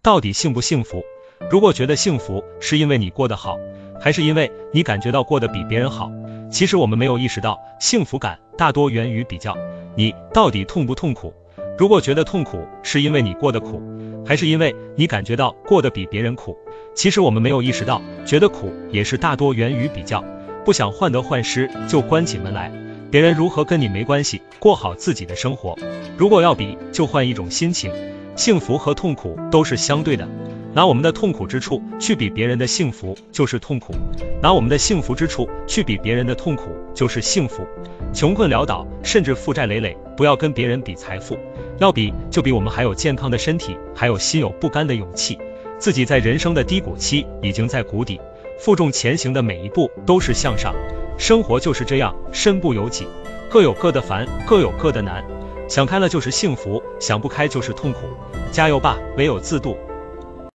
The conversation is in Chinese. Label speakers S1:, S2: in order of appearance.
S1: 到底幸不幸福？如果觉得幸福是因为你过得好，还是因为你感觉到过得比别人好？其实我们没有意识到，幸福感大多源于比较。你到底痛不痛苦？如果觉得痛苦是因为你过得苦，还是因为你感觉到过得比别人苦？其实我们没有意识到，觉得苦也是大多源于比较。不想患得患失，就关起门来，别人如何跟你没关系，过好自己的生活。如果要比，就换一种心情。幸福和痛苦都是相对的，拿我们的痛苦之处去比别人的幸福就是痛苦，拿我们的幸福之处去比别人的痛苦就是幸福。穷困潦倒甚至负债累累，不要跟别人比财富，要比就比我们还有健康的身体，还有心有不甘的勇气。自己在人生的低谷期已经在谷底，负重前行的每一步都是向上。生活就是这样，身不由己，各有各的烦，各有各的难。想开了就是幸福，想不开就是痛苦。加油吧，唯有自渡，